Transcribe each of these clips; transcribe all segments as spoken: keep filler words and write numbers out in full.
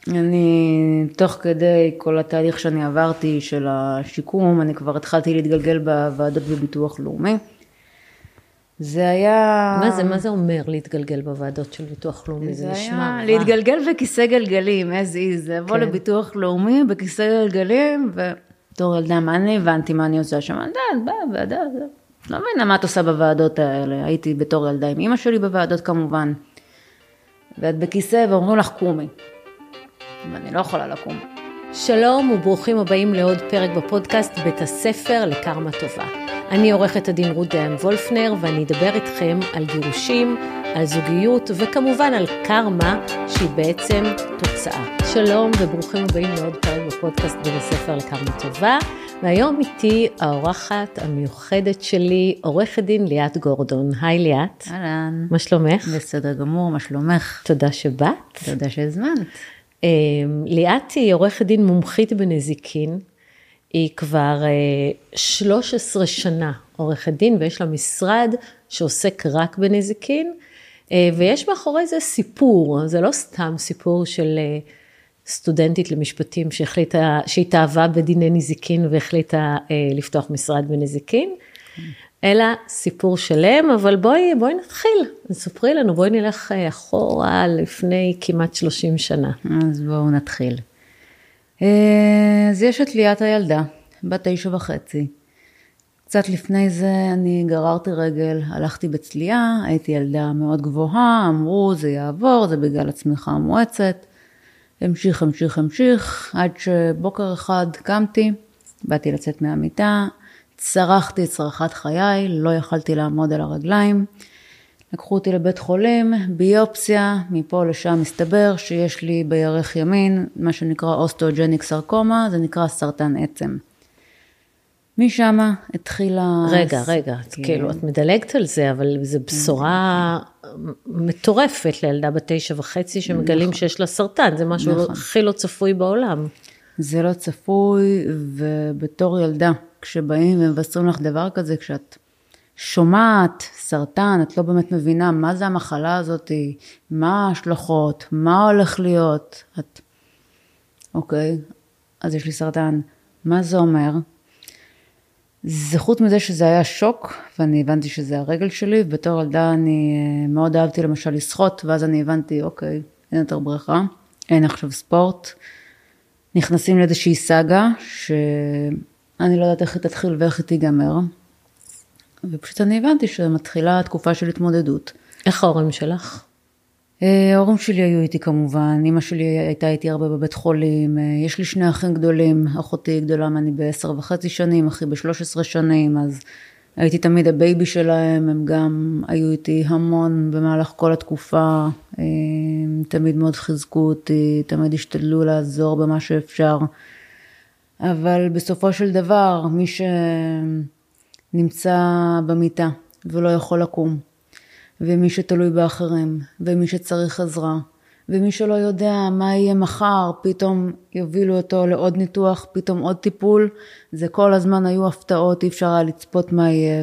אני, תוך כדי כל התהליך שאני עברתי של השיקום, אני כבר התחלתי להתגלגל בוועדות בביטוח לאומי. זה היה... מה זה, מה זה אומר להתגלגל בוועדות של ביטוח לאומי? זה, זה נשמע רע. להתגלגל בכיסא גלגלים, as is, זה לבוא כן. לביטוח לאומי בכיסא גלגלים, ובתור ילדה, מה אני הבנתי מה אני עושה שם? ילדה, באה, ועדה, זה... לא מבינה מה את עושה בוועדות האלה, הייתי בתור ילדה עם אמא שלי בוועדות כמובן, ואת בכיסא ואומרים לך קומי, ואני לא יכולה לקום. שלום וברוכים הבאים לעוד פרק בפודקאסט בית הספר לקרמה טובה. אני עורכת הדין רות דיין וולפנר, ואני אדבר איתכם על גירושים, על זוגיות, וכמובן על קרמה, שהיא בעצם תוצאה. שלום וברוכים הבאים לעוד פרק בפודקאסט בית הספר לקרמה טובה, והיום איתי האורחת המיוחדת שלי, עורכת דין ליאת גורדון. היי ליאת. אהלן. מה שלומך? בסדר גמור, מה שלומך? תודה שבאת. תודה שהזמנת. ליאת היא עורכת דין מומחית בנזיקין, היא כבר שלוש עשרה שנה עורכת דין, ויש לה משרד שעוסק רק בנזיקין, ויש מאחורי זה סיפור, זה לא סתם סיפור של סטודנטית למשפטים שהחליטה, שהיא תאהבה בדיני נזיקין והחליטה לפתוח משרד בנזיקין, אלא סיפור שלם, אבל בואי, בואי נתחיל, ספרי לנו, בואי נלך אחורה לפני כמעט שלושים שנה. אז בואו נתחיל. אז יש את ליאת הילדה, בת תשע וחצי. קצת לפני זה אני גררתי רגל, הלכתי בצלייה, הייתי ילדה מאוד גבוהה, אמרו זה יעבור, זה בגלל הצמיחה המואצת. המשיך, המשיך, המשיך, עד שבוקר אחד קמתי, באתי לצאת מהמיטה, צרחתי את צרחת חיי, לא יכלתי לעמוד על הרגליים. לקחו אותי לבית חולים, ביופסיה, מפה לשם מסתבר שיש לי בירך ימין, מה שנקרא אוסטאוג'ניק סרקומה, זה נקרא סרטן עצם. משם התחילה... רגע, רגע, כן. כאילו את מדלגת על זה, אבל זו בשורה מטורפת לילדה בתשע וחצי, שמגלים נכון. שיש לה סרטן, זה משהו נכון. הכי לא צפוי בעולם. זה לא צפוי, ובתור ילדה, כשבאים ומבשרים לך דבר כזה, כשאת... שומעת, סרטן, את לא באמת מבינה מה זה המחלה הזאת, מה ההשלכות, מה הולך להיות. את, אוקיי, אז יש לי סרטן, מה זה אומר? זה חוץ מזה שזה היה שוק, ואני הבנתי שזה הרגל שלי, ובתור ילדה אני מאוד אהבתי למשל לשחות, ואז אני הבנתי, אוקיי, אין יותר בריכה, אין עכשיו ספורט, נכנסים לאיזושהי סאגה, שאני לא יודעת איך היא תתחיל ואיך היא תיגמר, ופשוט אני הבנתי שמתחילה התקופה של התמודדות. איך ההורים שלך? ההורים שלי היו איתי כמובן, אמא שלי הייתה איתי הרבה בבית חולים, יש לי שני אחים גדולים, אחותי גדולה, אני בעשר וחצי שנים, אחי בשלוש עשרה שנים, אז הייתי תמיד הבייבי שלהם, הם גם היו איתי המון במהלך כל התקופה, תמיד מאוד חיזקו אותי, תמיד השתדלו לעזור במה שאפשר, אבל בסופו של דבר, מי ש... נמצא במיטה ולא יכול לקום, ומי שתלוי באחרים, ומי שצריך עזרה, ומי שלא יודע מה יהיה מחר, פתאום יובילו אותו לעוד ניתוח, פתאום עוד טיפול, זה כל הזמן היו הפתעות, אי אפשר היה לצפות מה יהיה,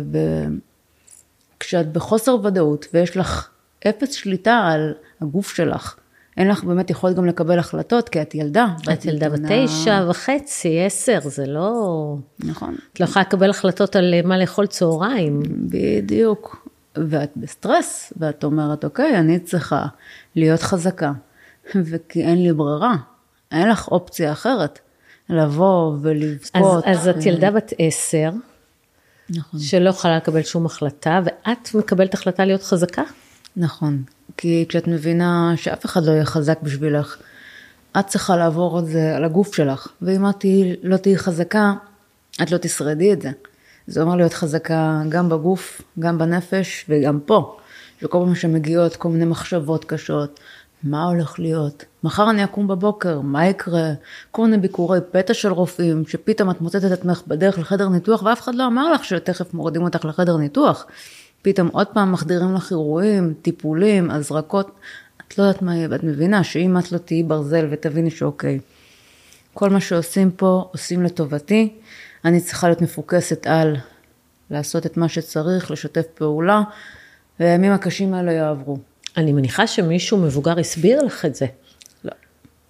וכשאת בחוסר ודאות, ויש לך אפס שליטה על הגוף שלך, אין לך באמת יכולת גם לקבל החלטות, כי את ילדה. את ילדה בתשע וחצי, עשר, זה לא... נכון. את לא יכולה לקבל החלטות על מה לאכול צהריים. בדיוק. ואת בסטרס, ואת אומרת, אוקיי, אני צריכה להיות חזקה, וכי אין לי ברירה, אין לך אופציה אחרת, לבוא ולבכות. אז, אז את ילדה בת עשר, נכון. שלא יכולה לקבל שום החלטה, ואת מקבלת החלטה להיות חזקה? נכון. כי כשאת מבינה שאף אחד לא יהיה חזק בשבילך, את צריכה לעבור את זה על הגוף שלך, ואם את לא תהיי חזקה, את לא תשרדי את זה. זה אומר להיות חזקה גם בגוף, גם בנפש, וגם פה, שכל פעם שמגיעות כל מיני מחשבות קשות, מה הולך להיות? מחר אני אקום בבוקר, מה יקרה? כל מיני ביקורי פתע של רופאים, שפתאום את מוצאת את עצמך בדרך לחדר ניתוח, ואף אחד לא אמר לך שתכף מורדים אותך לחדר ניתוח. פתאום עוד פעם מחדירים לך אירועים, טיפולים, הזרקות, את לא יודעת מה יהיה, ואת מבינה שאם את לא תהיי ברזל ותביני שאוקיי, כל מה שעושים פה, עושים לטובתי, אני צריכה להיות מפוקסת על לעשות את מה שצריך, לשתף פעולה, והימים הקשים האלה יעברו. אני מניחה שמישהו מבוגר הסביר לך את זה. לא.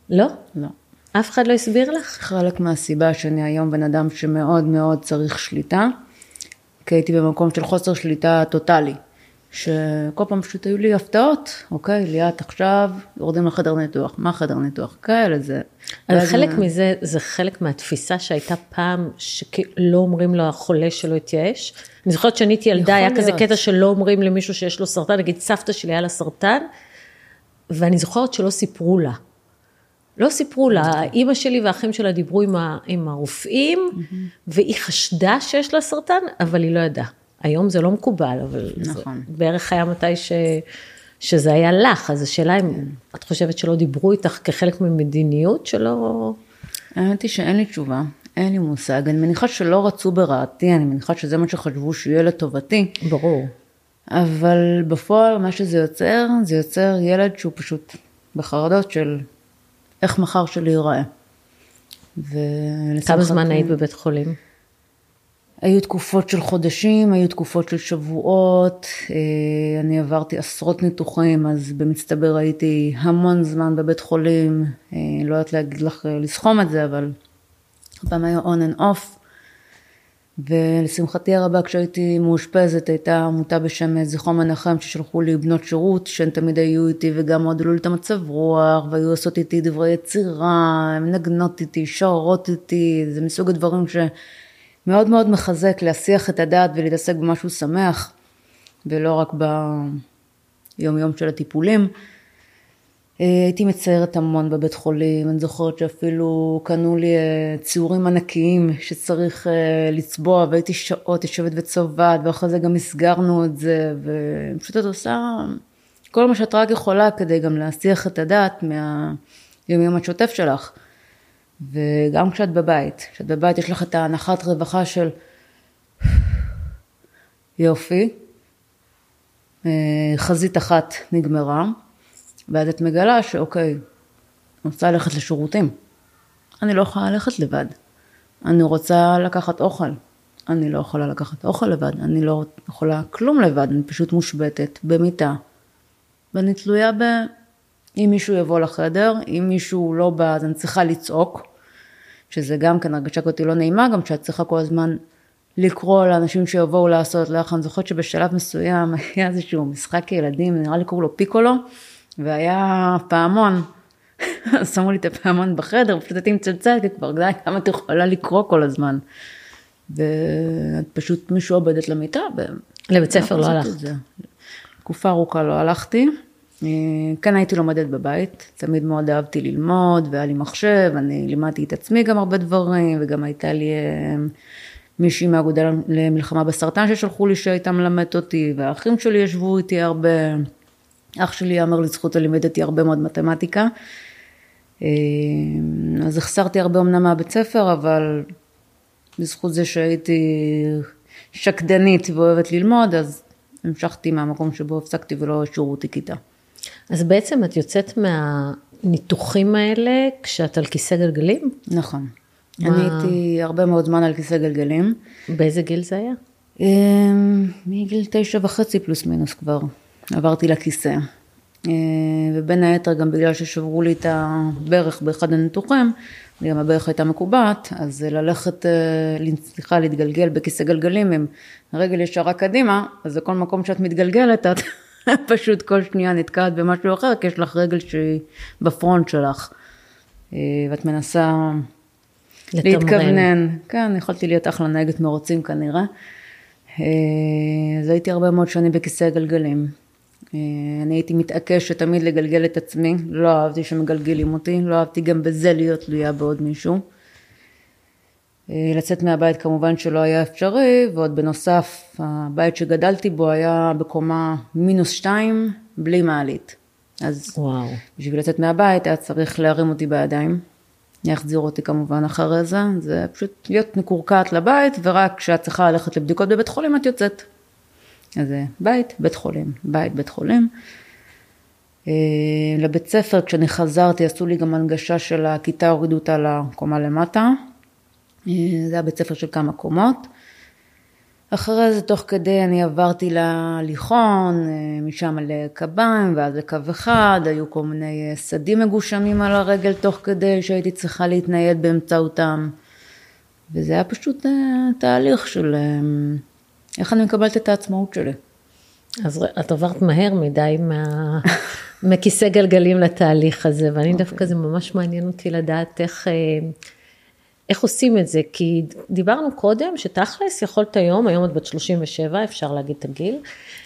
לא? לא. אף אחד לא הסביר לך? חלק מהסיבה שאני היום בן אדם שמאוד מאוד צריך שליטה, כי הייתי במקום של חוסר שליטה טוטלי, שכל פעם פשוט היו לי הפתעות, אוקיי, ליאת עכשיו יורדים לחדר ניתוח, מה חדר ניתוח? כאלה זה. אבל חלק מה... מזה, זה חלק מהתפיסה שהייתה פעם, שלא אומרים לו החולה שלא התייאש. אני זוכרת שאני הייתי ילדה, היה כזה קטע שלא אומרים למישהו שיש לו סרטן, נגיד סבתא שלי היה לה סרטן, ואני זוכרת שלא סיפרו לה. לא סיפרו לה, אמא שלי והאחים שלה דיברו עם, ה, עם הרופאים, והיא חשדה שיש לה סרטן, אבל היא לא ידעה. היום זה לא מקובל, אבל נכון. זה בערך היה מתי ש, שזה היה לך, אז השאלה אם את חושבת שלא דיברו איתך כחלק ממדיניות שלא... האמת היא שאין לי תשובה, אין לי מושג, אני מניחה שלא רצו ברעתי, אני מניחה שזה מה שחשבו שיהיה לטובתי. ברור. אבל בפועל מה שזה יוצר, זה יוצר ילד שהוא פשוט בחרדות של איך מחר שלי ייראה. כמה זמן היית בבית חולים? היו תקופות של חודשים, היו תקופות של שבועות, אני עברתי עשרות ניתוחים, אז במצטבר הייתי המון זמן בבית חולים, לא יודעת להגיד לך לסכום את זה, אבל פעם היה on and off, ולשמחתי הרבה כשהייתי מאושפזת, הייתה עמותה בשם זכרו מנחם, ששלחו לי בנות שירות, שהן תמיד היו איתי וגם מאוד עלו לי את המצב רוח, והיו עושות איתי דברי יצירה, הן נגנות איתי, שרות איתי, זה מסוג הדברים ש... מאוד מאוד מחזק להשיח את הדעת ולהתעסק במשהו שמח, ולא רק ביום יום של הטיפולים. הייתי מציירת המון בבית חולים, אני זוכרת שאפילו קנו לי ציורים ענקיים שצריך לצבוע, והייתי שעות יושבת וצובעת, ואחרי זה גם הסגרנו את זה, ופשוט את עושה כל מה שאת רק יכולה כדי גם להשיח את הדעת מהיום יום השוטף שלך. וגם כשאת בבית, כשאת בבית יש לך את ההנחת רווחה של יופי, חזית אחת נגמרה, ואז את מגלה שאוקיי, אני רוצה ללכת לשירותים, אני לא יכולה ללכת לבד, אני רוצה לקחת אוכל, אני לא יכולה לקחת אוכל לבד, אני לא יכולה כלום לבד, אני פשוט מושבתת במיטה, ואני תלויה ב... אם מישהו יבוא לחדר, אם מישהו לא בא, אז אני צריכה לצעוק, שזה גם כן הרגשה אותי לא נעימה, גם שאת צריכה כל הזמן לקרוא לאנשים שיבואו לעשות לך. אני זוכרת שבשלב מסוים היה איזשהו משחק ילדים, נראה לי קראו לו פיקולו, והיה פעמון, אז שמו לי את הפעמון בחדר, פשוט הייתי מצלצלת, כי כבר די כמה את יכולה לקרוא כל הזמן. ופשוט מישהו עובדת למיטה. לבית ספר לא הלכת. תקופה ארוכה לא הלכתי. כן הייתי לומדת בבית, תמיד מאוד אהבתי ללמוד, והיה לי מחשב, אני לימדתי את עצמי גם הרבה דברים, וגם הייתה לי מישהי מהאגודה למלחמה בסרטן ששלחו לי שהייתה מלמדת אותי, והאחים שלי ישבו איתי הרבה, אח שלי אמר לזכות לימדתי הרבה מאוד מתמטיקה, אז החסרתי הרבה אמנם מהבית ספר, אבל בזכות זה שהייתי שקדנית ואוהבת ללמוד, אז המשכתי מהמקום שבו הפסקתי ולא השאירו אותי כיתה. אז בעצם את יוצאת מהניתוחים האלה כשאת על כיסא גלגלים? נכון. אני הייתי הרבה מאוד זמן על כיסא גלגלים. באיזה גיל זה היה? מגיל תשע וחצי פלוס מינוס כבר. עברתי לכיסא. ובין היתר גם בגלל ששברו לי את הברך באחד הניתוחים, גם הברך הייתה מקובעת, אז ללכת, סליחה, להתגלגל בכיסא גלגלים עם רגל ישרה קדימה, אז זה כל מקום שאת מתגלגלת, את פשוט כל שנייה נתקעת במשהו אחר, כי יש לך רגל שהיא בפרונט שלך, ואת מנסה לתמרן. להתכוונן. כן, יכולתי להיות אחלה נהגת מרוצים כנראה. אז הייתי הרבה מאוד שנים בכיסא גלגלים. אני הייתי מתעקשת תמיד לגלגל את עצמי, לא אהבתי שמגלגלים אותי, לא אהבתי גם בזה להיות תלויה בעוד מישהו. לצאת מהבית כמובן שלא היה אפשרי, ועוד בנוסף, הבית שגדלתי בו היה בקומה מינוס שתיים, בלי מעלית. אז וואו. בשביל לצאת מהבית היה צריך להרים אותי בידיים, להחזיר אותי כמובן אחרי זה, זה פשוט להיות מקורקעת לבית, ורק כשאת צריכה ללכת לבדיקות בבית חולים את יוצאת. אז בית, בית חולים, בית, בית חולים. לבית ספר, כשאני חזרתי, עשו לי גם הנגשה של הכיתה, הורידו אותה לקומה למטה. זה היה בית ספר של כמה קומות. אחרי זה תוך כדי אני עברתי להליכון, משם לקביים ואז לקו אחד, היו כל מיני סדים מגושמים על הרגל תוך כדי שהייתי צריכה להתנייד באמצעותם. וזה היה פשוט תהליך של איך אני מקבלת את העצמאות שלי. אז את עברת מהר מדי מה... מכיסא גלגלים לתהליך הזה, ואני okay. דווקא זה ממש מעניין אותי לדעת איך, איך עושים את זה, כי דיברנו קודם שתכלס יכולת היום, היום את בת שלושים ושבע, אפשר להגיד את הגיל,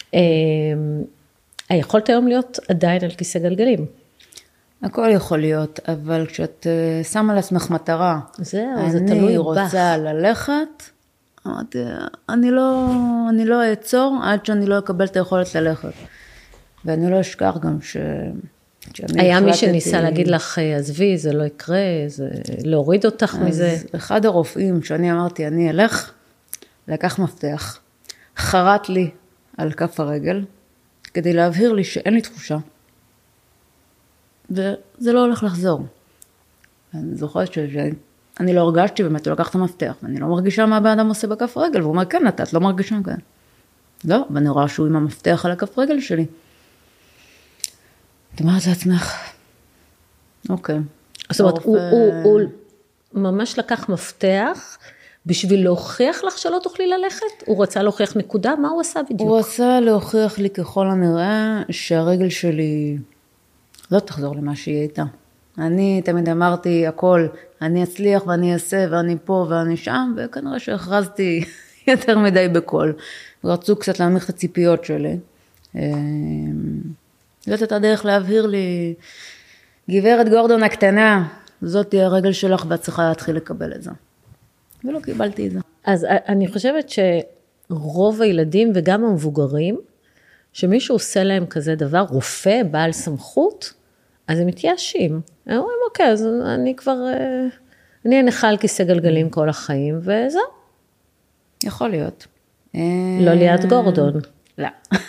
יכולת היום להיות עדיין על כיסא גלגלים. הכל יכול להיות, אבל כשאת שמה לעצמך מטרה, זהו, זה תלוי בך. אני רוצה ללכת, אמרתי, אני לא, אני לא אעצור עד שאני לא אקבל את היכולת ללכת. ואני לא אשכח גם ש... היה מי שניסה להגיד לך, עזבי, זה לא יקרה, זה להוריד אותך מזה. אז אחד הרופאים שאני אמרתי, אני אלך, לקח מפתח, חרט לי על כף הרגל, כדי להבהיר לי שאין לי תחושה, וזה לא הולך לחזור. אני זוכרת שאני לא הרגשתי, באמת הוא לקח את המפתח, ואני לא מרגישה מה הבן אדם עושה בכף הרגל, והוא אומר, כן, אתה, את לא מרגישה כאן. לא, ואני רואה שהוא עם המפתח על הכף רגל שלי. את אומרת לעצמך, אוקיי. זאת אומרת, הוא, הוא, הוא ממש לקח מפתח, בשביל להוכיח לך שלא תוכלי ללכת? הוא רצה להוכיח נקודה? מה הוא עשה בדיוק? הוא עשה להוכיח לי ככל הנראה, שהרגל שלי לא תחזור למה שהיא הייתה. אני תמיד אמרתי הכל, אני אצליח ואני אעשה ואני פה ואני שם, וכנראה שהכרזתי יותר מדי בכל. ורצו קצת להנמיך את הציפיות שלי. זאת הייתה דרך להבהיר לי, גברת גורדון הקטנה, זאת תהיה הרגל שלך ואת צריכה להתחיל לקבל את זה. ולא קיבלתי את זה. אז אני חושבת שרוב הילדים וגם המבוגרים, שמישהו עושה להם כזה דבר, רופא, בעל סמכות, אז הם מתייאשים. הם אומרים, אוקיי, אז אני כבר, אני אנחה על כיסא גלגלים כל החיים, וזהו. יכול להיות. לא ליד גורדון. לא.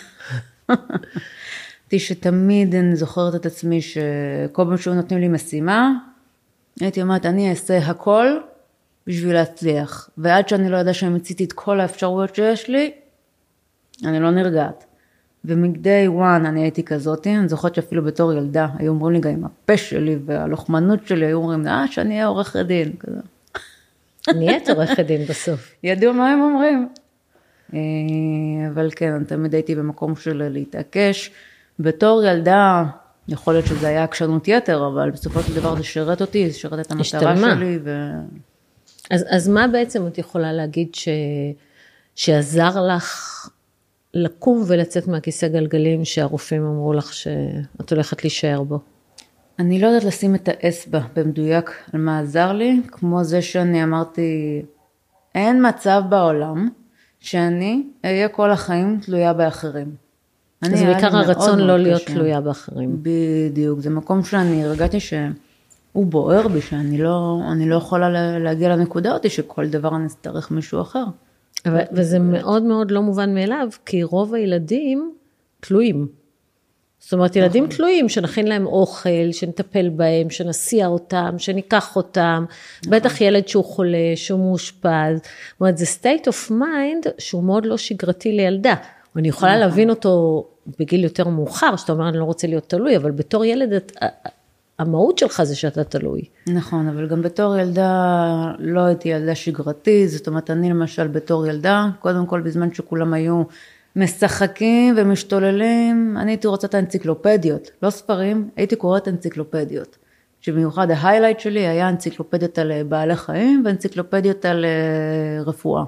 שתמיד אני זוכרת את עצמי שכל פעם שהוא נותנים לי משימה, הייתי אומרת, אני אעשה הכל בשביל להצליח. ועד שאני לא יודע שאני מציתי את כל האפשרויות שיש לי, אני לא נרגעת. ומגדי וואן אני הייתי כזאת, אני זוכרת שאפילו בתור ילדה, היו אומרים לי גם עם הפה שלי והלוחמנות שלי, היו אומרים, אה, שאני אהיה עורך דין. כזה. נהיית עורך דין בסוף. ידעו מה הם אומרים. אבל כן, אני תמיד הייתי במקום של להתעקש, בתור ילדה, יכול להיות שזה היה עקשנות יתר, אבל בסופו של דבר זה שרת אותי, זה שרת את המטרה שלי. ו... אז, אז מה בעצם את יכולה להגיד ש... שעזר לך לקום ולצאת מהכיסא גלגלים, שהרופאים אמרו לך שאת הולכת להישאר בו? אני לא יודעת לשים את האצבע במדויק על מה עזר לי, כמו זה שאני אמרתי, אין מצב בעולם שאני אהיה כל החיים תלויה באחרים. אז בעיקר הרצון לא להיות תלויה באחרים. בדיוק, זה מקום שאני הרגעתי שהוא בוער בי, שאני לא, אני לא יכולה להגיע לנקודה אותי, שכל דבר אני אצטרך מישהו אחר. וזה מאוד מאוד לא מובן מאליו, כי רוב הילדים תלויים. זאת אומרת, ילדים תלויים, שנכין להם אוכל, שנטפל בהם, שנסיע אותם, שניקח אותם, בטח ילד שהוא חולה, שהוא מאושפז. זאת אומרת, זה state of mind שהוא מאוד לא שגרתי לילדה. אני יכולה להבין אותו בגיל יותר מאוחר, שאתה אומר, אני לא רוצה להיות תלוי, אבל בתור ילד, המהות שלך זה שאתה תלוי. נכון, אבל גם בתור ילדה, לא הייתי ילדה שגרתית, זאת אומרת, אני למשל בתור ילדה, קודם כל בזמן שכולם היו משחקים ומשתוללים, אני הייתי רוצה את האנציקלופדיות, לא ספרים, הייתי קוראת אנציקלופדיות, שבמיוחד ההיילייט שלי היה אנציקלופדיות על בעלי חיים, ואנציקלופדיות על רפואה.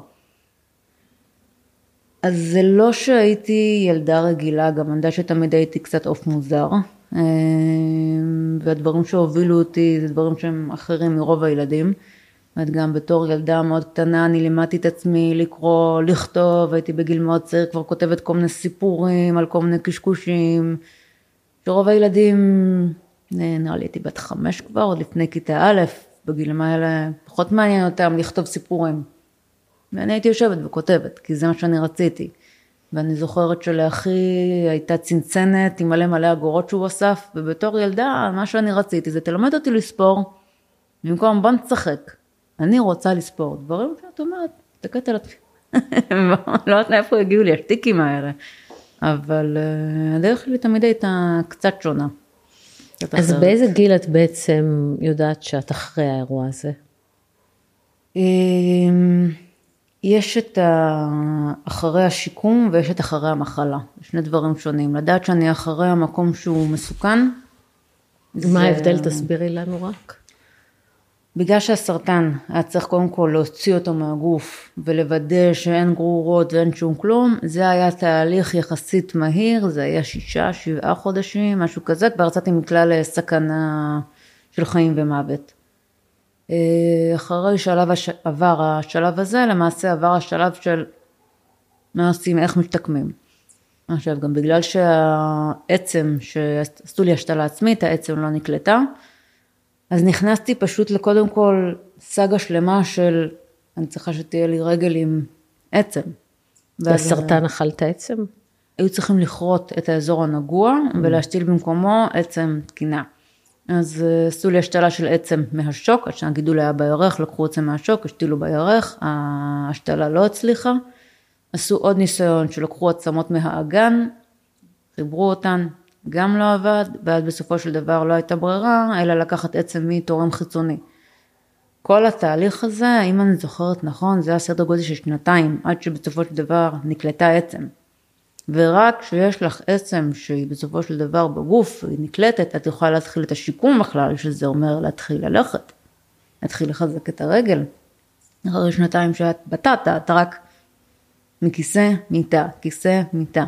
אז זה לא שהייתי ילדה רגילה, גם אני יודעת שתמיד הייתי קצת אוף מוזר, והדברים שהובילו אותי זה דברים שהם אחרים מרוב הילדים, וגם בתור ילדה מאוד קטנה אני לימדתי את עצמי לקרוא, לכתוב, הייתי בגיל מאוד צעיר כבר כותבת כל מיני סיפורים על כל מיני קשקושים, שרוב הילדים, נראה לי הייתי בת חמש כבר, עוד לפני כיתה א', בגילים האלה פחות מעניין אותם לכתוב סיפורים. ואני הייתי יושבת וכותבת, כי זה מה שאני רציתי. ואני זוכרת שלאחי הייתה צנצנת עם מלא מלא אגורות שהוא אסף, ובתור ילדה, מה שאני רציתי זה תלמד אותי לספור, במקום בוא נצחק. אני רוצה לספור. דברים שאת אומרת, תקט על עצמי. לא יודעת מאיפה הגיעו לי השטיקים האלה, אבל הדרך שלי תמיד הייתה קצת שונה. אז באיזה גיל את בעצם יודעת שאת אחרי האירוע הזה? יש את אחרי השיקום ויש את אחרי המחלה, שני דברים שונים. לדעת שאני אחרי המקום שהוא מסוכן. מה ההבדל? תסבירי לנו רק. בגלל שהסרטן היה צריך קודם כל להוציא אותו מהגוף ולוודא שאין גרורות ואין שום כלום, זה היה תהליך יחסית מהיר, זה היה שישה, שבעה חודשים, משהו כזה, כבר יצאתי מכלל סכנה של חיים ומוות. אחרי שלב עבר השלב הזה, למעשה עבר השלב של מה עושים, איך משתקמים. עכשיו גם בגלל שהעצם שעשו לי השתלה עצמית, העצם לא נקלטה, אז נכנסתי פשוט לקודם כל סגה שלמה של, אני צריכה שתהיה לי רגל עם עצם. והסרטן אכל את העצם? היו צריכים לכרות את האזור הנגוע, ולהשתיל במקומו עצם תקינה. אז עשו לי השתלה של עצם מהשוק, עד שהגידול היה בירך, לקחו עצם מהשוק, השתילו בירך, ההשתלה לא הצליחה. עשו עוד ניסיון שלקחו עצמות מהאגן, חיברו אותן, גם לא עבד, ועד בסופו של דבר לא הייתה ברירה, אלא לקחת עצם מתורם חיצוני. כל התהליך הזה, אם אני זוכרת נכון, זה היה סדר גודל של שנתיים, עד שבסופו של דבר נקלטה עצם. ורק כשיש לך עצם שהיא בסופו של דבר בגוף, היא נקלטת, את יכולה להתחיל את השיקום בכלל, שזה אומר להתחיל ללכת, להתחיל לחזק את הרגל. אחרי שנתיים שאת בטטה, אתה רק מכיסא מיטה, כיסא מיטה.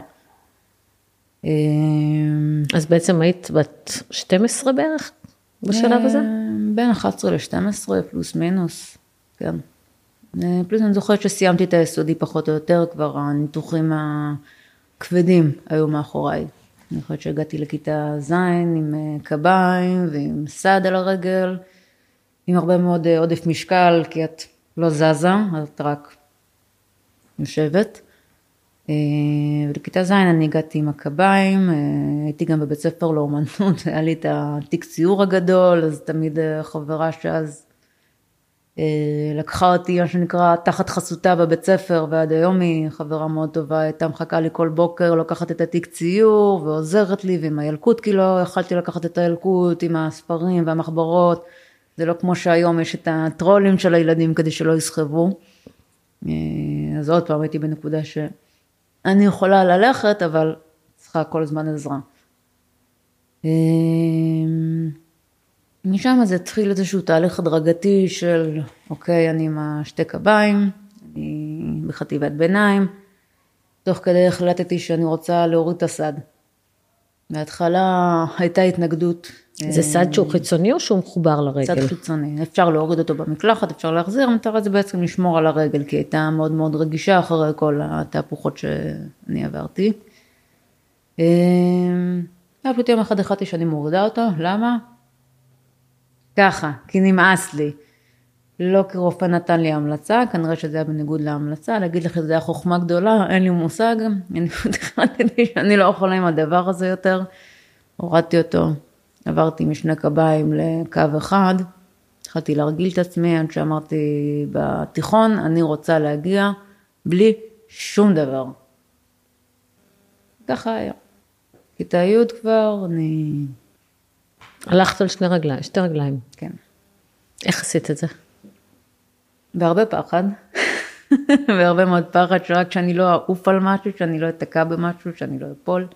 אז בעצם היית בת שתים עשרה בערך בשלב הזה? בין אחת עשרה ל-שתים עשרה פלוס מינוס, כן. פלוס אני זוכרת שסיימתי את היסודי פחות או יותר, כבר הניתוחים הכבדים היו מאחוריי. אני חושבת שהגעתי לכיתה ז' עם קביים ועם סד על הרגל, עם הרבה מאוד עודף משקל, כי את לא זזה, אז את רק יושבת. ולכיתה ז' אני הגעתי עם הקביים, הייתי גם בבית ספר לאומנות, היה לי את התיק ציור הגדול, אז תמיד חברה שאז לקחה אותי, מה שנקרא, תחת חסותה בבית ספר, ועד היום היא חברה מאוד טובה, הייתה מחכה לי כל בוקר, לוקחת את התיק ציור, ועוזרת לי, ועם הילקוט, כי לא יכלתי לקחת את הילקוט, עם הספרים והמחברות, זה לא כמו שהיום יש את הטרולים של הילדים, כדי שלא יסחבו. אז עוד פעם הייתי בנקודה ש... אני יכולה ללכת, אבל צריכה כל הזמן עזרה. משם אז התחיל איזשהו תהליך הדרגתי של, אוקיי, אני עם השתי קביים, אני בחטיבת ביניים, תוך כדי החלטתי שאני רוצה להוריד את הסד. בהתחלה הייתה התנגדות. זה סד שהוא חיצוני או שהוא מחובר לרגל? סד חיצוני, אפשר להוריד אותו במקלחת, אפשר להחזיר, המטרה זה בעצם לשמור על הרגל, כי הייתה מאוד מאוד רגישה אחרי כל התהפוכות שאני עברתי. היה פשוט יום אחד החלטתי שאני מורידה אותו, למה? ככה, כי נמאס לי. לא כי רופא נתן לי המלצה, כנראה שזה היה בניגוד להמלצה, להגיד לך שזה היה חוכמה גדולה, אין לי מושג, אני החלטתי שאני לא יכולה עם הדבר הזה יותר, הורדתי אותו. עברתי משני קביים לקו אחד, התחלתי להרגיל את עצמי, עד שאמרתי בתיכון, אני רוצה להגיע בלי שום דבר. ככה היה. כיתה י' כבר, אני... הלכת על שני רגליים, שתי רגליים. כן. איך עשית את זה? בהרבה פחד, בהרבה מאוד פחד, שרק שאני לא אעוף על משהו, שאני לא אתקע במשהו, שאני לא אפול.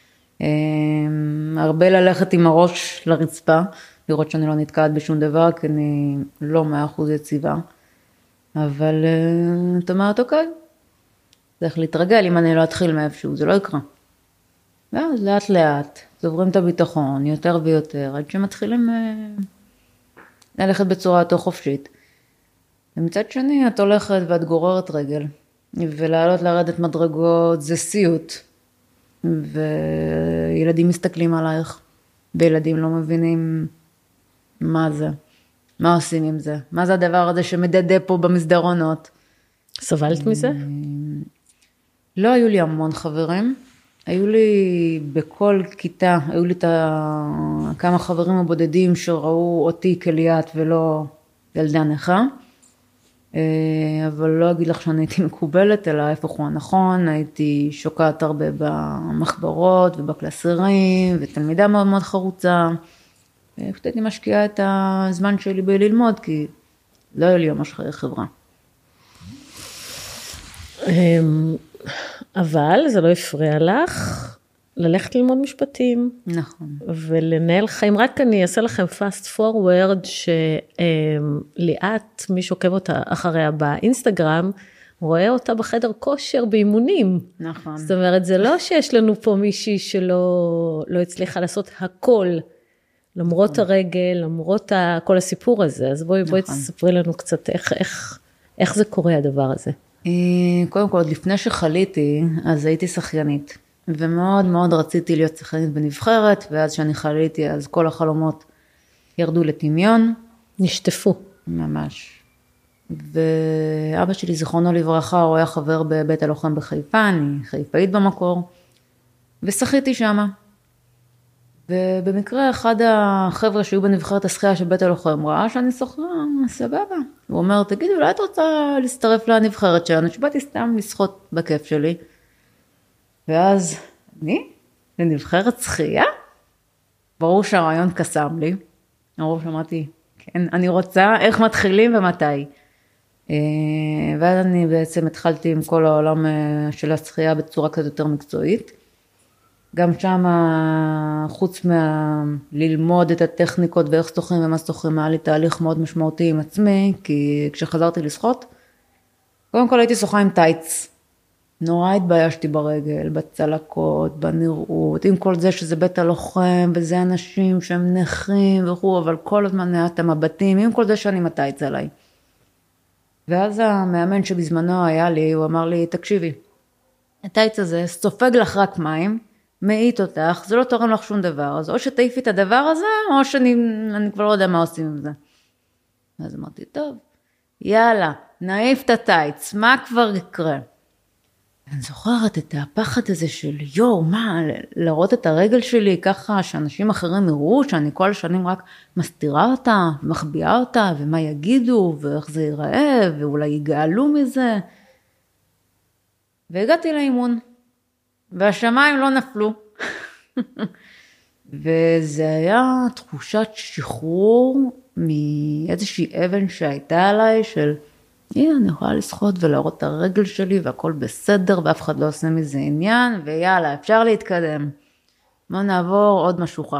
הרבה ללכת עם הראש לרצפה, לראות שאני לא נתקעת בשום דבר, כי אני לא מאה אחוז יציבה. אבל את אומרת, אוקיי, צריך להתרגל, אם אני לא אתחיל מאיפשהו, זה לא יקרה. ואז לאט לאט, זוברים את הביטחון יותר ויותר, עד שמתחילים ללכת בצורה יותר חופשית. ומצד שני, את הולכת ואת גוררת רגל, ולעלות לרדת מדרגות זה סיוט. וילדים מסתכלים עלייך, וילדים לא מבינים מה זה, מה עושים עם זה, מה זה הדבר הזה שמדדה פה במסדרונות. סבלת מזה? לא היו לי המון חברים, היו לי בכל כיתה, היו לי כמה חברים הבודדים שראו אותי כליאת ולא ילדה נכה, אבל לא אגיד לך שאני הייתי מקובלת, אלא ההפך הוא הנכון, הייתי שוקעת הרבה במחברות ובקלסרים, ותלמידה מאוד מאוד חרוצה, פשוט הייתי משקיעה את הזמן שלי בללמוד, כי לא היה לי ממש חיי חברה. אבל זה לא הפריע לך ללכת ללמוד משפטים. נכון. ולנהל חיים. רק אני אעשה לכם fast forward, שליאת, מי שעוקב אותה אחריה באינסטגרם, רואה אותה בחדר כושר באימונים. נכון. זאת אומרת, זה לא שיש לנו פה מישהי שלא לא הצליחה לעשות הכל, למרות הרגל, למרות כל הסיפור הזה. אז בואי, בואי תספרי לנו קצת איך, איך, איך זה קורה הדבר הזה. קודם כל, עוד לפני שחליתי, אז הייתי שחיינית, ומאוד מאוד רציתי להיות שחיינית בנבחרת, ואז שאני חליתי, אז כל החלומות ירדו לטמיון. נשטפו. ממש. ואבא שלי, זיכרונו לברכה, הוא היה חבר בבית הלוחם בחיפה, אני חיפאית במקור, ושחיתי שמה. ובמקרה אחד החבר'ה שהיו בנבחרת השחייה של בית הלוחם ראה שאני שוחרה, סבבה. הוא אומר, תגידי, אולי את רוצה להצטרף לנבחרת שלנו, שבאתי סתם לשחות בכיף שלי. ואז, אני? לנבחרת שחייה? ברור שהרעיון קסם לי. ברור שאמרתי, כן, אני רוצה, איך מתחילים ומתי. ואז אני בעצם התחלתי עם כל העולם של השחייה בצורה קצת יותר מקצועית. גם שם, חוץ מללמוד את הטכניקות ואיך שוחים ומה שוחים, היה לי תהליך מאוד משמעותי עם עצמי, כי כשחזרתי לשחות, קודם כל הייתי שוחה עם טייץ. נורא התביישתי ברגל, בצלקות, בנראות, עם כל זה שזה בית הלוחם, וזה אנשים שהם נכים וכו', אבל כל הזמן היה את המבטים, עם כל זה שאני עם הטייץ עליי. ואז המאמן שבזמנו היה לי, הוא אמר לי, תקשיבי, הטייץ הזה סופג לך רק מים, מעיט אותך, זה לא תורם לך שום דבר, אז או שתעיפי את הדבר הזה, או שאני אני כבר לא יודע מה עושים עם זה. אז אמרתי, טוב, יאללה, נעיף את הטייץ, מה כבר יקרה? אני זוכרת את הפחד הזה של יו, מה, לראות את הרגל שלי ככה, שאנשים אחרים יראו, שאני כל השנים רק מסתירה אותה, מחביאה אותה, ומה יגידו, ואיך זה ייראה, ואולי יגאלו מזה. והגעתי לאימון. והשמיים לא נפלו, וזה היה תחושת שחרור מאיזושהי אבן שהייתה עליי, של הנה אני יכולה לשחות ולהראות את הרגל שלי, והכל בסדר, ואף אחד לא עושה מזה עניין, ויאללה, אפשר להתקדם. בואו נעבור עוד משוכה.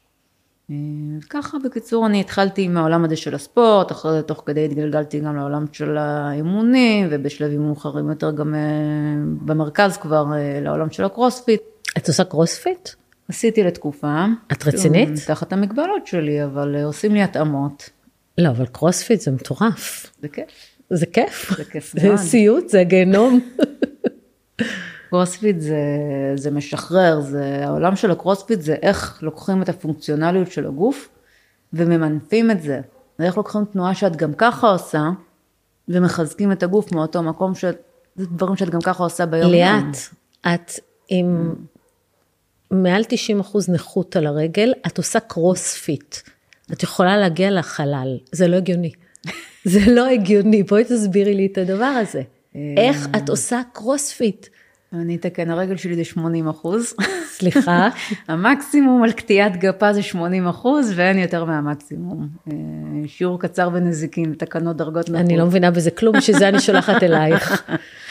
ככה בקיצור אני התחלתי עם העולם הזה של הספורט, אחרי זה תוך כדי התגלגלתי גם לעולם של האימונים, ובשלבים מאוחרים יותר גם במרכז כבר לעולם של הקרוספיט. את עושה קרוספיט? עשיתי לתקופה. את רצינית? תחת המגבלות שלי, אבל עושים לי התאמות. לא, אבל קרוספיט זה מטורף. זה כיף. זה כיף. זה כיף. זה סיוט, זה גיהנום. קרוספיט זה, זה משחרר, זה, העולם של הקרוספיט זה איך לוקחים את הפונקציונליות של הגוף וממנפים את זה. זה איך לוקחים תנועה שאת גם ככה עושה ומחזקים את הגוף מאותו מקום שאת, זה דברים שאת גם ככה עושה ביום. ליאת, את עם מעל תשעים אחוז נכות על הרגל, את עושה קרוספיט. את יכולה להגיע לחלל, זה לא הגיוני. זה לא הגיוני, בואי תסבירי לי את הדבר הזה. איך את עושה קרוספיט? אני אתקן, הרגל שלי זה שמונים אחוז. סליחה? המקסימום על קטיעת גפה זה שמונים אחוז, ואין יותר מהמקסימום. שיעור קצר בנזיקין, תקנות דרגות נכות. אני לא מבינה בזה כלום, שזה אני שולחת אלייך.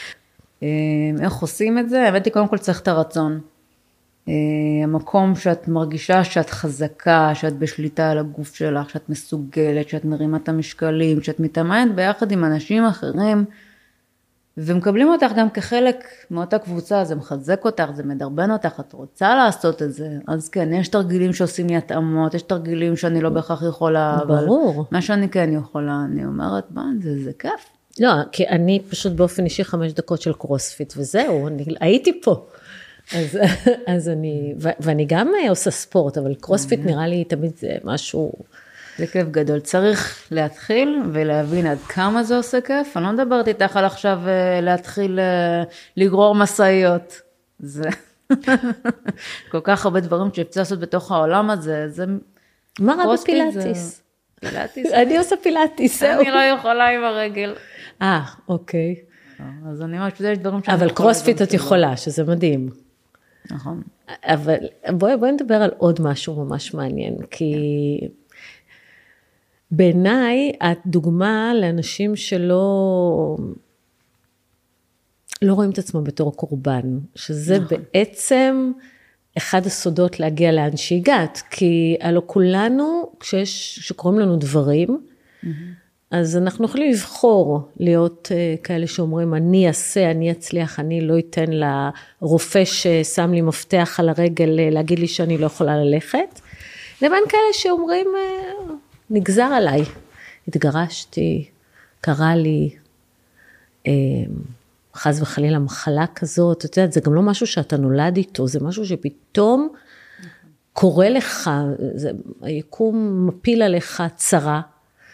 איך עושים את זה? האמת היא, קודם כל צריך את הרצון. המקום שאת מרגישה שאת חזקה, שאת בשליטה על הגוף שלך, שאת מסוגלת, שאת מרימה את המשקלים, שאת מתאמנת ביחד עם אנשים אחרים, ומקבלים אותך גם כחלק מאותה קבוצה, זה מחזק אותך, זה מדרבן אותך, את רוצה לעשות את זה, אז כן, יש תרגילים שעושים לי התאמות, יש תרגילים שאני לא בהכרח יכולה, ברור. אבל מה שאני כן יכולה, אני אומרת, מה, זה, זה כיף. לא, כי אני פשוט באופן אישי חמש דקות של קרוספיט, וזהו, אני הייתי פה. אז, אז אני, ו, ואני גם עושה ספורט, אבל קרוספיט נראה לי תמיד זה משהו... זה כיף גדול, צריך להתחיל ולהבין עד כמה זה עושה כיף, אני לא מדברת איתך על עכשיו להתחיל לגרור מסעיות, זה כל כך הרבה דברים שאפשר לעשות בתוך העולם הזה, זה... מה רע בפילאטיס? פילאטיס? אני עושה פילאטיס, זהו. אני לא יכולה עם הרגל. אה, אוקיי. אז אני אומרת שזה יש דברים אבל קרוספיט את יכולה, שזה מדהים. נכון. אבל בואי, בואי נדבר על עוד משהו ממש מעניין, כי בעיניי את דוגמה לאנשים שלא לא רואים את עצמם בתור קורבן, שזה נכון. בעצם אחד הסודות להגיע לאן שהגעת, כי הלוא כולנו, כשיש, שקוראים לנו דברים, mm-hmm. אז אנחנו יכולים לבחור להיות כאלה שאומרים, אני אעשה, אני אצליח, אני לא אתן לרופא ששם לי מפתח על הרגל, להגיד לי שאני לא יכולה ללכת, לבין כאלה שאומרים, נגזר עליי, התגרשתי, קרה לי, חס וחלילה מחלה כזאת, את יודעת, זה גם לא משהו שאתה נולד איתו, זה משהו שפתאום קורה לך, זה, היקום מפיל עליך צרה,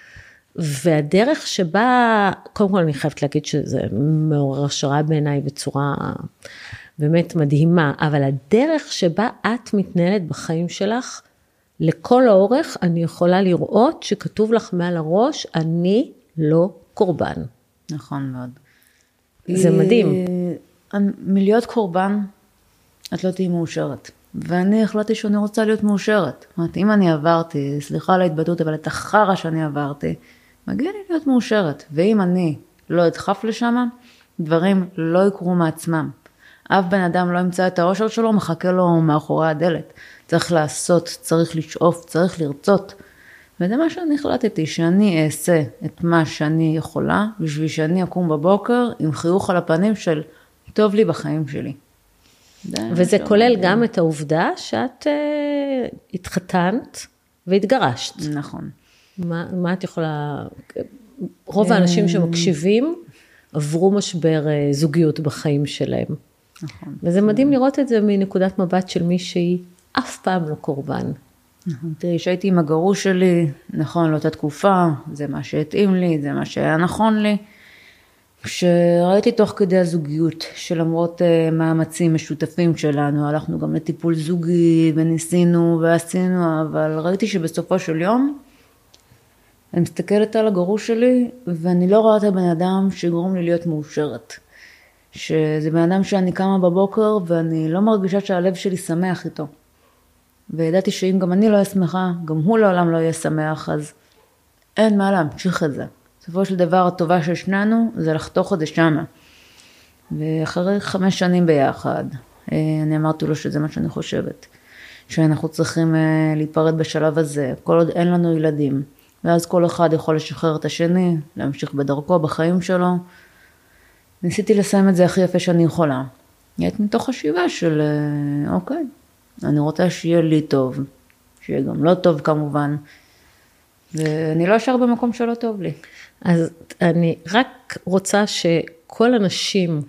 והדרך שבה, קודם כל אני חייבת להגיד שזה מעורר השראה בעיניי בצורה באמת מדהימה, אבל הדרך שבה את מתנהלת בחיים שלך, לכל האורך אני יכולה לראות שכתוב לך מעל הראש, אני לא קורבן. נכון מאוד. זה מדהים. מלהיות קורבן, את לא תהי מאושרת. ואני החלטתי שאני רוצה להיות מאושרת. זאת אומרת, אם אני עברתי, סליחה על ההתבטאות, אבל את החרא שאני עברתי, מגיע לי להיות מאושרת. ואם אני לא אדחף לשם, דברים לא יקרו מעצמם. אף בן אדם לא ימצא את האושר שלו, מחכה לו מאחורי הדלת. צריך לעשות, צריך לשאוף, צריך לרצות. וזה מה שאני החלטתי, שאני אעשה את מה שאני יכולה, בשביל שאני אקום בבוקר עם חיוך על הפנים של טוב לי בחיים שלי. וזה כולל גם את העובדה שאת uh, התחתנת והתגרשת. נכון. מה, מה את יכולה, רוב האנשים שמקשיבים עברו משבר uh, זוגיות בחיים שלהם. נכון. וזה מדהים לראות את זה מנקודת מבט של מי שהיא אף פעם לא קורבן. נכון, תראי, שהייתי עם הגרוש שלי, נכון, לאותה תקופה, זה מה שהתאים לי, זה מה שהיה נכון לי, כשראיתי תוך כדי הזוגיות, שלמרות uh, מאמצים משותפים שלנו, הלכנו גם לטיפול זוגי, וניסינו ועשינו, אבל ראיתי שבסופו של יום, אני מסתכלת על הגרוש שלי, ואני לא רואה את הבן אדם שגורם לי להיות מאושרת. שזה בן אדם שאני קמה בבוקר, ואני לא מרגישה שהלב שלי שמח איתו. וידעתי שאם גם אני לא אשמחה, גם הוא לעולם לא יהיה שמח, אז אין מה להמשיך את זה. בסופו של דבר, הטובה של שננו, זה לחתוך את זה שמה. ואחרי חמש שנים ביחד, אני אמרתי לו שזה מה שאני חושבת. שאנחנו צריכים להיפרד בשלב הזה, כל עוד אין לנו ילדים. ואז כל אחד יכול לשחרר את השני, להמשיך בדרכו, בחיים שלו. ניסיתי לסיים את זה הכי יפה שאני יכולה. הייתי מתוך חשיבה של, אוקיי, אני רוצה שיהיה לי טוב, שיהיה גם לא טוב כמובן, ואני לא אשאר במקום שלא טוב לי. אז אני רק רוצה שכל הנשים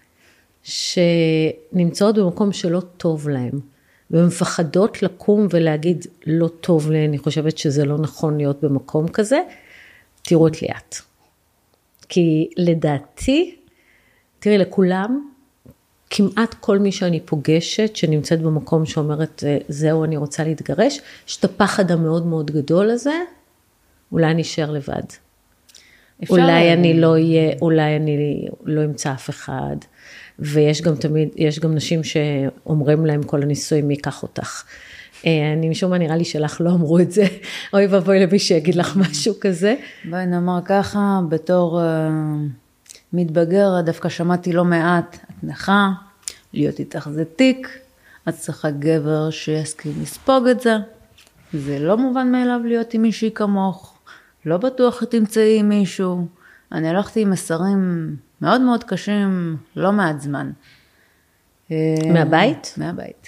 שנמצאות במקום שלא טוב להם, ומפחדות לקום ולהגיד לא טוב לי, אני חושבת שזה לא נכון להיות במקום כזה, תראו את ליאת. כי לדעתי, תראי לכולם, כמעט כל מי שאני פוגשת, שנמצאת במקום שאומרת, זהו, אני רוצה להתגרש, יש את הפחד המאוד מאוד גדול הזה, אולי אני אשאר לבד. אולי אני לא אהיה, אולי אני לא אמצא אף אחד, ויש גם תמיד, יש גם נשים שאומרים להם כל הניסויים, מי ייקח אותך. אני משום מה נראה לי שלך לא אמרו את זה, אוי ובואי למי שיגיד לך משהו כזה. בואי נאמר ככה, בתור מתבגר, דווקא שמעתי לא מעט, את נכה, להיות איתך זה תיק, את צריכה גבר שיסכים לספוג את זה, זה לא מובן מאליו להיות עם מישהי כמוך, לא בטוח תמצאי מישהו, אני הלכתי עם מסרים מאוד מאוד קשים, לא מעט זמן. מהבית? מהבית.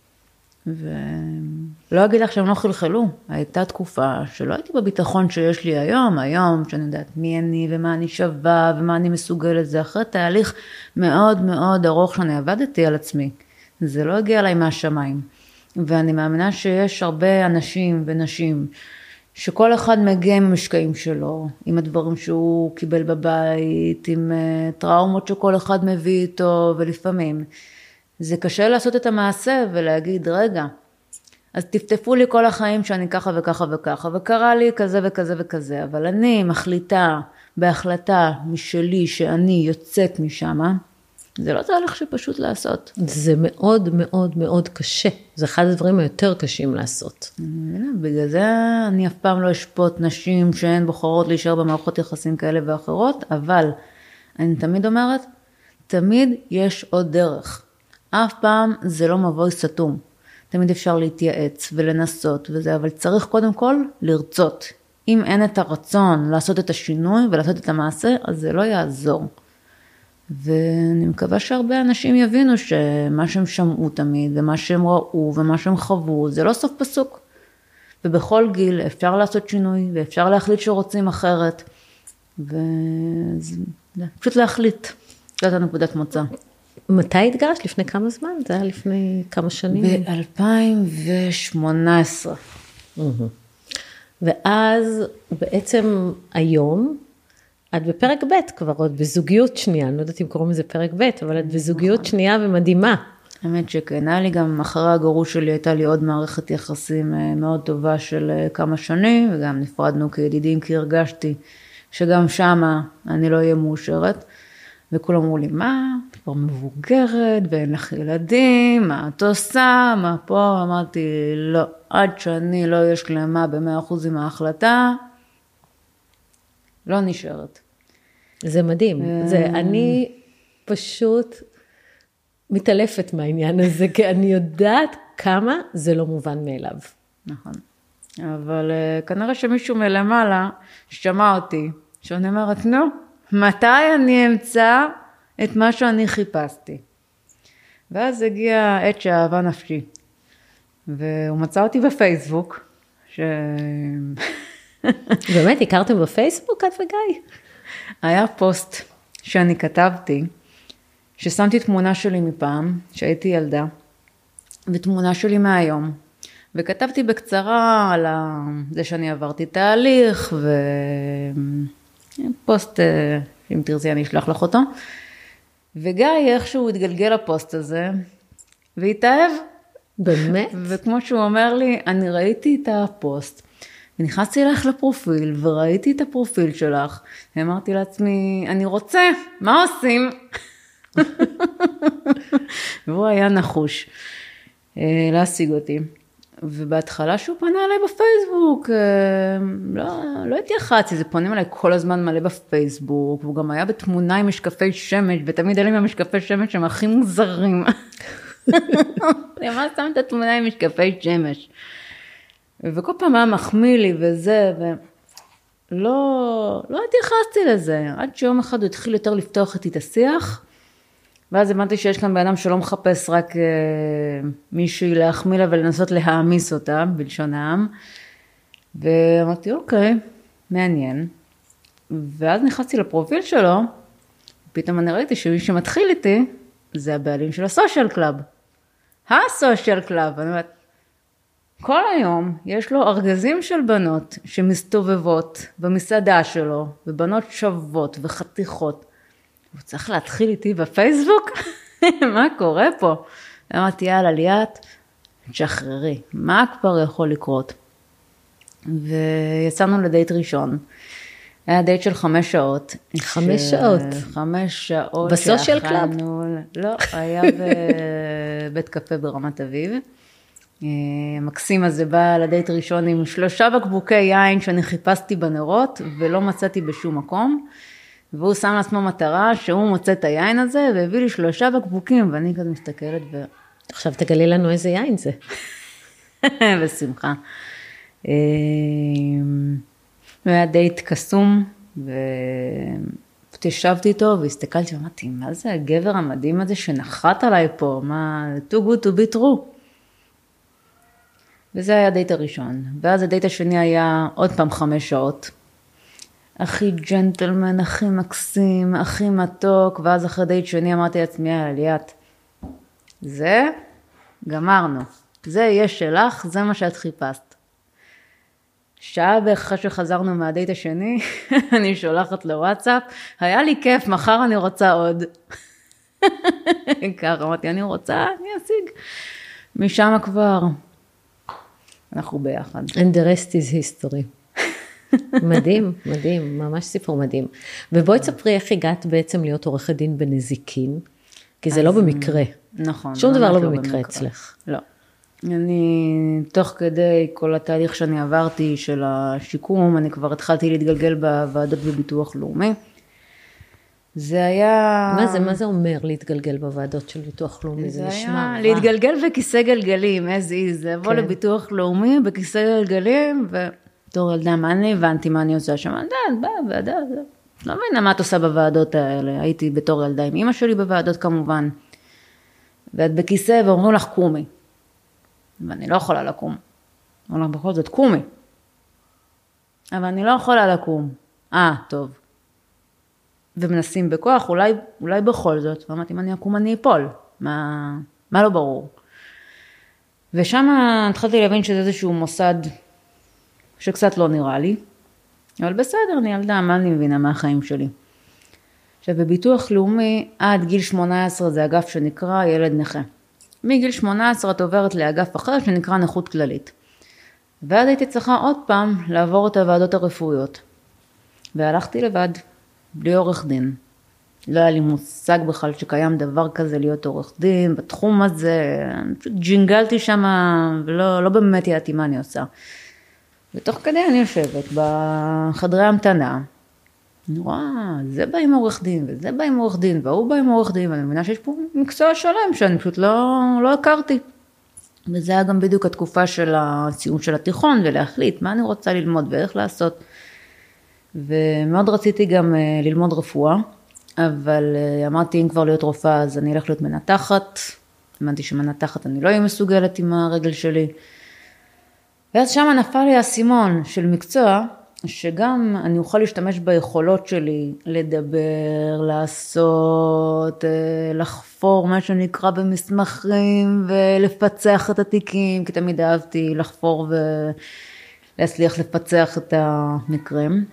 ולא אגיד לך שהם לא חלחלו, הייתה תקופה שלא הייתי בביטחון שיש לי היום, היום שאני יודעת מי אני ומה אני שווה ומה אני מסוגלת, זה אחרי תהליך מאוד מאוד ארוך שאני עבדתי על עצמי, זה לא הגיע אליי מהשמיים, ואני מאמינה שיש הרבה אנשים ונשים, שכל אחד מגיע עם המשקעים שלו, עם הדברים שהוא קיבל בבית, עם טראומות שכל אחד מביא איתו, ולפעמים זה קשה לעשות את המעשה ולהגיד, רגע, אז תפתפו לי כל החיים שאני ככה וככה וככה, וקרה לי כזה וכזה וכזה, אבל אני מחליטה בהחלטה משלי שאני יוצאת משם, זה לא תהליך שפשוט לעשות. זה מאוד מאוד מאוד קשה. זה אחד הדברים היותר קשים לעשות. בגלל זה אני אף פעם לא אשפוט נשים שהן בוחרות להישאר במערכות יחסים כאלה ואחרות, אבל אני תמיד אומרת, תמיד יש עוד דרך. אף פעם זה לא מבוי סתום. תמיד אפשר להתייעץ ולנסות וזה, אבל צריך קודם כל לרצות. אם אין את הרצון לעשות את השינוי ולעשות את המעשה, אז זה לא יעזור. ואני מקווה שהרבה אנשים יבינו שמה שהם שמעו תמיד, ומה שהם ראו, ומה שהם חוו, זה לא סוף פסוק. ובכל גיל אפשר לעשות שינוי, ואפשר להחליט שרוצים אחרת. ופשוט להחליט. זאת הנקודת מוצא. מתי התגרשת? לפני כמה זמן? זה היה לפני כמה שנים? ב-אלפיים ושמונה עשרה. ואז בעצם היום, את בפרק ב' כבר עוד בזוגיות שנייה, אני לא יודעת אם קוראים לזה פרק ב', אבל את בזוגיות שנייה ומדהימה. האמת שכן, היה לי גם אחרי הגרוש שלי, הייתה לי עוד מערכת יחסים מאוד טובה של כמה שנים, וגם נפרדנו כידידים, כי הרגשתי שגם שמה אני לא אהיה מאושרת, וכולם אמרו לי, מה? כבר מבוגרת, ואין לך ילדים, מה את עושה, מה פה? אמרתי, לא, עד שאני לא אהיה שלמה ב-מאה אחוז עם ההחלטה, לא נשארת. זה מדהים. זה, אני פשוט מתעלפת מהעניין הזה, כי אני יודעת כמה זה לא מובן מאליו. נכון. אבל כנראה שמישהו מלמעלה שמע אותי, שאני אומרת, נו, מתי אני אמצא את מה שאני חיפשתי? ואז הגיע עת שאהבה נפשי, והוא מצא אותי בפייסבוק, ש... באמת, הכרתם בפייסבוק, את וגיא? היה פוסט שאני כתבתי, ששמתי תמונה שלי מפעם, שהייתי ילדה, ותמונה שלי מהיום, וכתבתי בקצרה על זה שאני עברתי תהליך, ופוסט, אם תרצי אני אשלח לך אותו, וגיא איכשהו התגלגל לפוסט הזה, והתאהב. באמת? וכמו שהוא אומר לי, אני ראיתי את הפוסט, ונכנסתי אליך לפרופיל, וראיתי את הפרופיל שלך, ואמרתי לעצמי, אני רוצה, מה עושים? והוא היה נחוש להשיג אותי. ובהתחלה שהוא פנה אליי בפייסבוק, לא, לא התייחסתי, זה פונים אליי כל הזמן מלא בפייסבוק, והוא גם היה בתמונה עם משקפי שמש, ותמיד אלה עם המשקפי שמש שהם הכי מוזרים. למה שם את התמונה עם משקפי שמש? וכל פעם היה מחמיא לי וזה, ולא, לא התייחסתי לזה, עד שיום אחד הוא התחיל יותר לפתוח איתי את השיח, ואז הבנתי שיש כאן בן אדם שלא מחפש רק מישהי להחמיא לה ולנסות להעמיס אותה, בלשון העם, ואמרתי, אוקיי, מעניין, ואז נכנסתי לפרופיל שלו, פתאום אני ראיתי שמי שמתחיל איתי, זה הבעלים של הסושיאל קלאב, הסושיאל קלאב, אני אומרת, כל היום יש לו ארגזים של בנות שמסתובבות במסעדה שלו, ובנות שוות וחתיכות. הוא צריך להתחיל איתי בפייסבוק? מה קורה פה? אמרתי, יאללה, ליאת, תשחררי. מה כבר יכול לקרות? ויצאנו לדייט ראשון. היה דייט של חמש שעות. חמש ש... שעות? חמש שעות. בסושיאל קלאב? לא, היה בבית קפה ברמת אביב. המקסים הזה בא לדייט ראשון עם שלושה בקבוקי יין שאני חיפשתי בנרות ולא מצאתי בשום מקום, והוא שם לעצמו מטרה שהוא מוצא את היין הזה והביא לי שלושה בקבוקים, ואני כזה מסתכלת ו... עכשיו תגלי לנו איזה יין זה. בשמחה. היה דייט קסום, ותשבתי איתו והסתכלתי ואמרתי, מה זה הגבר המדהים הזה שנחת עליי פה, מה, too good to be true. וזה היה הדייט הראשון, ואז הדייט השני היה עוד פעם חמש שעות. הכי ג'נטלמן, הכי מקסים, הכי מתוק, ואז אחרי דייט שני אמרתי לעצמי, יאללה, ליאת, זה גמרנו, זה יהיה שלך, זה מה שאת חיפשת. שעה אחרי שחזרנו מהדייט השני, אני שולחת לוואטסאפ, היה לי כיף, מחר אני רוצה עוד. ככה אמרתי, אני רוצה, אני אשיג. משם כבר... אנחנו ביחד. And the rest is history. מדהים, מדהים, ממש סיפור מדהים. ובואי תספרי איך הגעת בעצם להיות עורכת דין בנזיקין, כי זה לא במקרה. נכון. שום דבר לא במקרה אצלך. לא. אני, תוך כדי כל התהליך שאני עברתי של השיקום, אני כבר התחלתי להתגלגל בוועדות בביטוח לאומי. זה היה... מה זה, מה זה אומר להתגלגל בוועדות של ביטוח לאומי? זה, זה נשמע... היה להתגלגל בכיסא גלגלים, as is, לבוא כן. לביטוח לאומי בכיסא גלגלים, ובתור ילדה, מה אני הבנתי מה אני עושה שם? ילדה, באה, ועדה, לא מבינה מה את עושה בוועדות האלה. הייתי בתור ילדה עם אמא שלי בוועדות כמובן, ואת בכיסא ואומרים לך קומי. ואני לא יכולה לקום. אומרים לך בכל זאת קומי. אבל אני לא יכולה לקום. אה, טוב. ומנסים בכוח, אולי, אולי בכל זאת, ואמרתי, אם אני אקום אני אפול, מה, מה לא ברור. ושם התחלתי להבין שזה איזשהו מוסד שקצת לא נראה לי, אבל בסדר, אני ילדה, מה אני מבינה מהחיים שלי. עכשיו, בביטוח לאומי, עד גיל שמונה עשרה זה אגף שנקרא ילד נכה. מגיל שמונה עשרה את עוברת לאגף אחר שנקרא נכות כללית. ועד הייתי צריכה עוד פעם לעבור את הוועדות הרפואיות. והלכתי לבד. בלי עורך דין. לא היה לי מושג בכלל שקיים דבר כזה להיות עורך דין, בתחום הזה, ג'ינגלתי שם, ולא לא באמת ידעתי מה אני עושה. ותוך כדי אני יושבת בחדרי המתנה, אני רואה, זה בא עם עורך דין, וזה בא עם עורך דין, והוא בא עם עורך דין, ואני מבינה שיש פה מקצוע שלם, שאני פשוט לא, לא הכרתי. וזה היה גם בדיוק התקופה של הציון של התיכון, ולהחליט מה אני רוצה ללמוד ואיך לעשות. ומאוד רציתי גם ללמוד רפואה, אבל אמרתי אם כבר להיות רופאה אז אני אלך להיות מנתחת, אמרתי שמנתחת אני לא אהיה מסוגלת עם הרגל שלי, ואז שם נפל לי הסימון של מקצוע, שגם אני אוכל להשתמש ביכולות שלי, לדבר, לעשות, לחפור מה שנקרא במסמכים, ולפצח את התיקים, כי תמיד אהבתי לחפור ולהצליח לפצח את המקרים.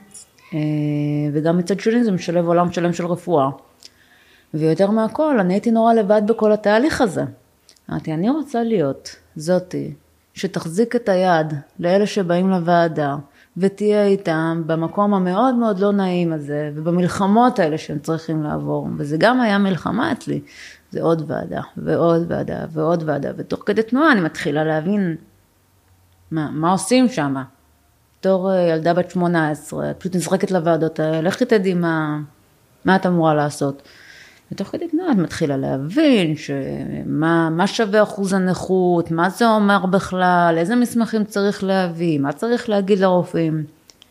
וגם מצד שני זה משלב עולם שלם של רפואה. ויותר מהכל, אני הייתי נורא לבד בכל התהליך הזה. אמרתי, אני רוצה להיות זאתי, שתחזיק את היד לאלה שבאים לוועדה, ותהיה איתם במקום המאוד מאוד לא נעים הזה, ובמלחמות האלה שהם צריכים לעבור. וזה גם היה מלחמה אצלי. זה עוד ועדה, ועוד ועדה, ועוד ועדה. ותוך כדי תנועה אני מתחילה להבין מה, מה עושים שם. בתור ילדה בת שמונה עשרה, פשוט נזרקת לוועדות האלה, איך תדעי מה, מה את אמורה לעשות. ותוך כדי תנועה את מתחילה להבין שמה, מה שווה אחוז הנכות, מה זה אומר בכלל, איזה מסמכים צריך להביא, מה צריך להגיד לרופאים.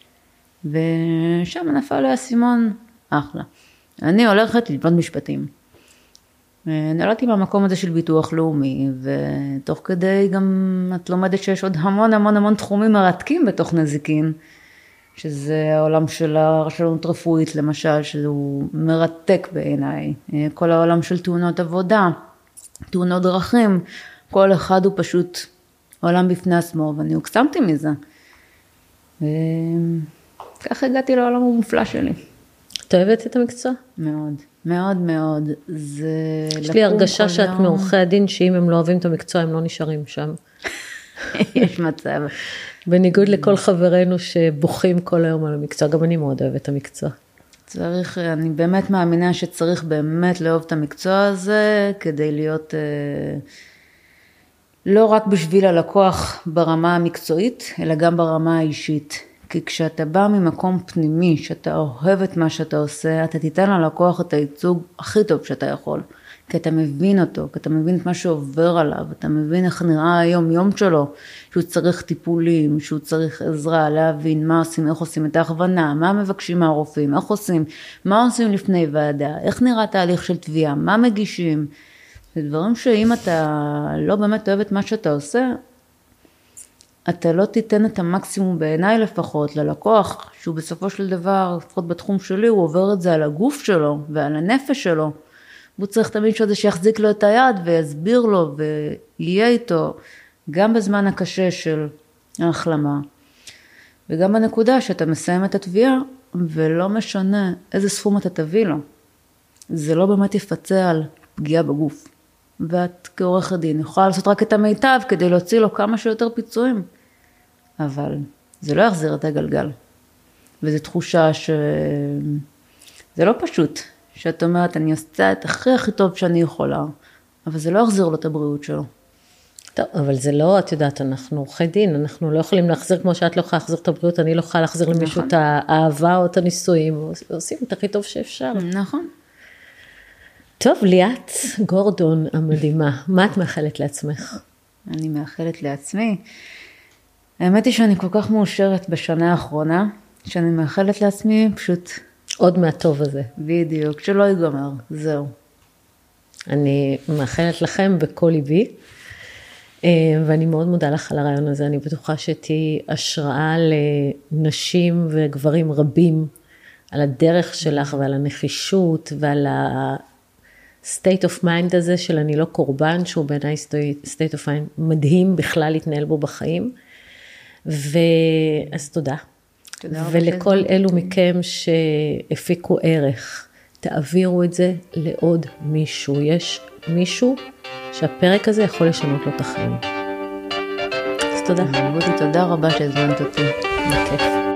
ושם נפל לי הסימון, אחלה. אני הולכת ללמוד משפטים. נולדתי במקום הזה של ביטוח לאומי, ותוך כדי גם את לומדת שיש עוד המון המון המון תחומים מרתקים בתוך נזיקין, שזה העולם של הרשלנות רפואית למשל, שהוא מרתק בעיניי, כל העולם של תאונות עבודה, תאונות דרכים, כל אחד הוא פשוט עולם בפני עצמו, ואני הוקסמתי מזה. וכך הגעתי לעולם המופלא שלי. את אוהבת את המקצוע? מאוד, מאוד מאוד. זה יש לי הרגשה שאת מעורכי הדין, שאם הם לא אוהבים את המקצוע, הם לא נשארים שם. יש מצב. בניגוד לכל חברינו שבוכים כל היום על המקצוע, גם אני מאוד אוהבת את המקצוע. צריך, אני באמת מאמינה שצריך באמת לאהוב את המקצוע הזה, כדי להיות, לא רק בשביל הלקוח ברמה המקצועית, אלא גם ברמה האישית. כי כשאתה בא ממקום פנימי, שאתה אוהב את מה שאתה עושה, אתה תיתן ללקוח את הייצוג הכי טוב שאתה יכול. כי אתה מבין אותו, כי אתה מבין את מה שעובר עליו, אתה מבין איך נראה היום יום שלו, שהוא צריך טיפולים, שהוא צריך עזרה, להבין מה עושים, איך עושים את ההכוונה, מה מבקשים מהרופאים, איך עושים, מה עושים לפני ועדה, איך נראה תהליך של תביעה, מה מגישים. זה דברים שאם אתה לא באמת אוהב את מה שאתה עושה, אתה לא תיתן את המקסימום בעיניי לפחות ללקוח, שהוא בסופו של דבר, לפחות בתחום שלי, הוא עובר את זה על הגוף שלו ועל הנפש שלו. הוא צריך תמיד שזה שיחזיק לו את היד ויסביר לו ויהיה איתו גם בזמן הקשה של ההחלמה. וגם בנקודה שאתה מסיים את התביעה ולא משנה איזה סכום אתה תביא לו. זה לא באמת יפצה על פגיעה בגוף. ואת כעורך הדין יכולה לעשות רק את המיטב כדי להוציא לו כמה שיותר פיצויים. אבל זה לא יחזיר את הגלגל. וזו תחושה ש... זה לא פשוט, שאת אומרת, אני עושה את הכי הכי טוב שאני יכולה, אבל זה לא יחזיר לו את הבריאות שלו. טוב, אבל זה לא, את יודעת, אנחנו עורכי דין, אנחנו לא יכולים להחזיר כמו שאת לא יכולה להחזיר את הבריאות, אני לא יכולה להחזיר למישהו את האהבה או את הנישואים, ועושים את הכי טוב שאפשר. נכון. טוב, ליאת גורדון המדהימה, מה את מאחלת לעצמך? אני מאחלת לעצמי. האמת היא שאני כל כך מאושרת בשנה האחרונה, שאני מאחלת לעצמי פשוט... עוד מהטוב הזה. בדיוק, שלא ייגמר, זהו. אני מאחלת לכם בכל ליבי, ואני מאוד מודה לך על הרעיון הזה, אני בטוחה שתהי השראה לנשים וגברים רבים, על הדרך שלך ועל הנחישות ועל ה-state of mind הזה של אני לא קורבן, שהוא בעיניי state of mind מדהים בכלל להתנהל בו בחיים, ואז תודה. תודה רבה. ולכל אלו מכם שהפיקו ערך, תעבירו את זה לעוד מישהו, יש מישהו שהפרק הזה יכול לשנות לו את החיים. אז תודה. תודה רבה שהזמנת אותי. בכיף.